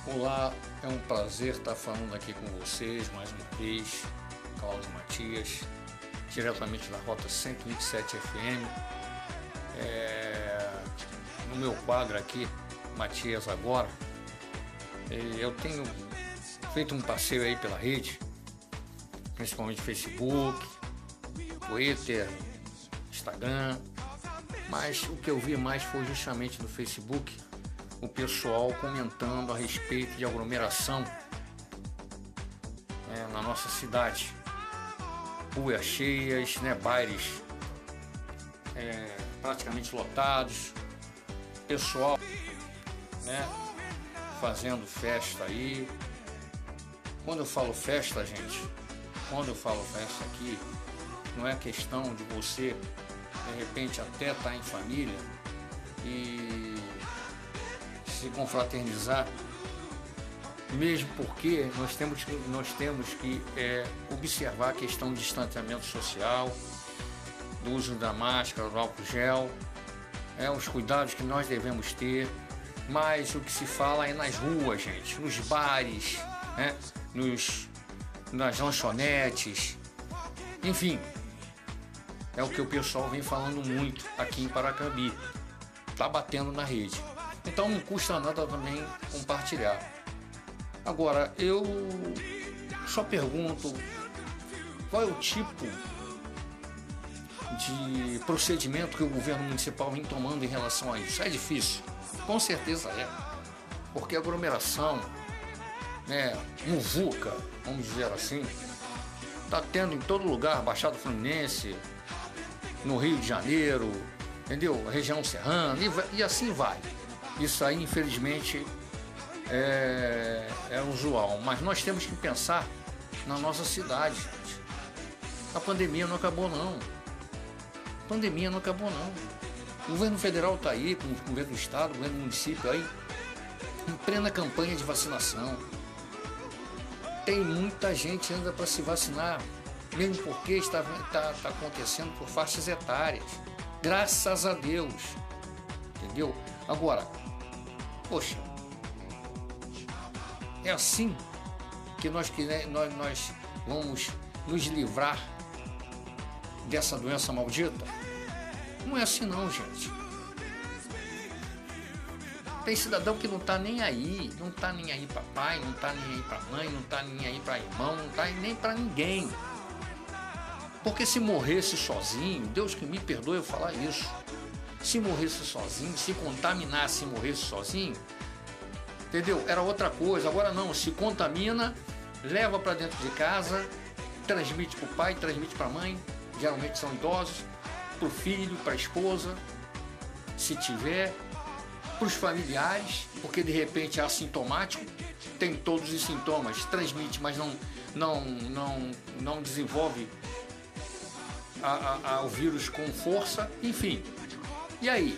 Olá, é um prazer estar falando aqui com vocês mais uma vez, Cláudio Matias, diretamente da Rota 127 FM. No meu quadro aqui, Matias Agora, eu tenho feito um passeio aí pela rede, principalmente Facebook, Twitter, Instagram, mas o que eu vi mais foi justamente no Facebook, o pessoal comentando a respeito de aglomeração na nossa cidade, ruas cheias, bares praticamente lotados, pessoal fazendo festa aí. Quando eu falo festa, gente, quando eu falo festa aqui, não é questão de você de repente até estar em família e se confraternizar, mesmo porque nós temos que observar a questão do distanciamento social, do uso da máscara, do álcool gel, os cuidados que nós devemos ter, mas o que se fala é nas ruas, gente, nos bares, nas lanchonetes, enfim, é o que o pessoal vem falando muito aqui em Paracambi, tá batendo na rede. Então não custa nada também compartilhar. Agora, eu só pergunto qual é o tipo de procedimento que o governo municipal vem tomando em relação a isso. É difícil? Com certeza é. Porque aglomeração, muvuca, vamos dizer assim, está tendo em todo lugar, Baixada Fluminense, no Rio de Janeiro, entendeu? Região serrana, e assim vai. Isso aí, infelizmente, é usual. Mas nós temos que pensar na nossa cidade, gente. A pandemia não acabou, não. A pandemia não acabou, não. O governo federal está aí, com o governo do estado, o governo do município aí, em plena campanha de vacinação. Tem muita gente ainda para se vacinar, mesmo porque está acontecendo por faixas etárias. Graças a Deus. Entendeu? Agora, poxa, é assim que nós vamos nos livrar dessa doença maldita? Não é assim não, gente. Tem cidadão que não está nem aí, não está nem aí para pai, não está nem aí para mãe, não está nem aí para irmão, não está nem para ninguém. Porque se morresse sozinho, Deus que me perdoe eu falar isso, se morresse sozinho, se contaminasse e morresse sozinho, entendeu? Era outra coisa. Agora não, se contamina, leva para dentro de casa, transmite para o pai, transmite para a mãe, geralmente são idosos, para o filho, para a esposa, se tiver, para os familiares, porque de repente é assintomático, tem todos os sintomas, transmite, mas não desenvolve o vírus com força, enfim. E aí?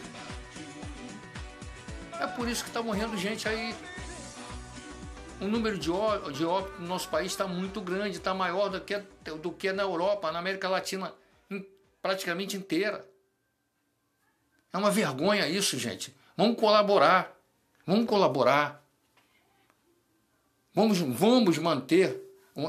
É por isso que está morrendo gente aí. O número de óbitos no nosso país está muito grande, está maior do que na Europa, na América Latina praticamente inteira. É uma vergonha isso, gente. Vamos colaborar. Vamos colaborar. Vamos manter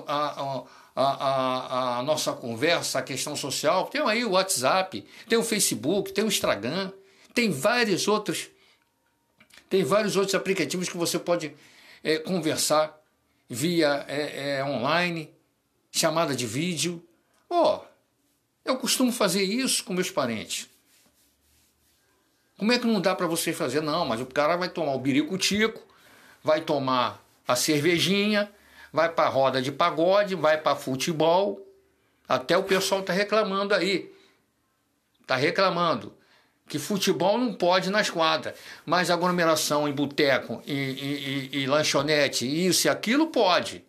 a nossa conversa, a questão social. Tem aí o WhatsApp, tem o Facebook, tem o Instagram, tem vários outros aplicativos que você pode conversar via online, chamada de vídeo. Eu costumo fazer isso com meus parentes. Como é que não dá para você fazer? Não, mas o cara vai tomar o birico-tico, vai tomar a cervejinha, vai para roda de pagode, vai para futebol. Até o pessoal está reclamando aí. Está reclamando que futebol não pode nas quadras, mas aglomeração em boteco, e lanchonete, isso e aquilo pode.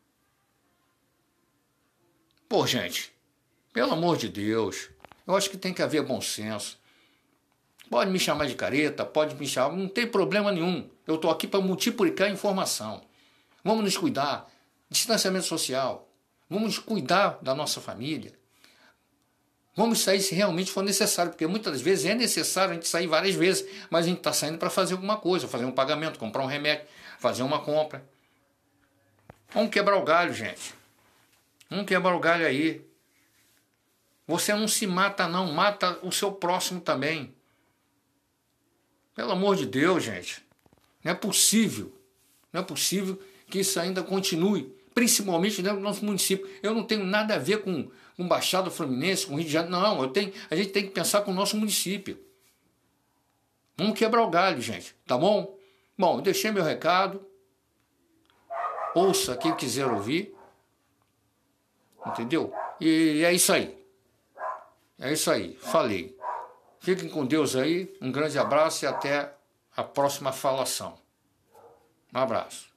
Pô, gente, pelo amor de Deus, eu acho que tem que haver bom senso. Pode me chamar de careta, pode me chamar, não tem problema nenhum. Eu estou aqui para multiplicar informação. Vamos nos cuidar. Distanciamento social. Vamos cuidar da nossa família. Vamos sair se realmente for necessário, porque muitas vezes é necessário a gente sair várias vezes, mas a gente está saindo para fazer alguma coisa, fazer um pagamento, comprar um remédio, fazer uma compra. Vamos quebrar o galho, gente. Vamos quebrar o galho aí. Você não se mata não, mata o seu próximo também. Pelo amor de Deus, gente. Não é possível. Não é possível que isso ainda continue, principalmente dentro do nosso município. Eu não tenho nada a ver com Baixada Fluminense, com Rio de Janeiro. Não, a gente tem que pensar com o nosso município. Vamos quebrar o galho, gente. Tá bom? Bom, eu deixei meu recado. Ouça quem quiser ouvir. Entendeu? E é isso aí. É isso aí. Falei. Fiquem com Deus aí. Um grande abraço e até a próxima falação. Um abraço.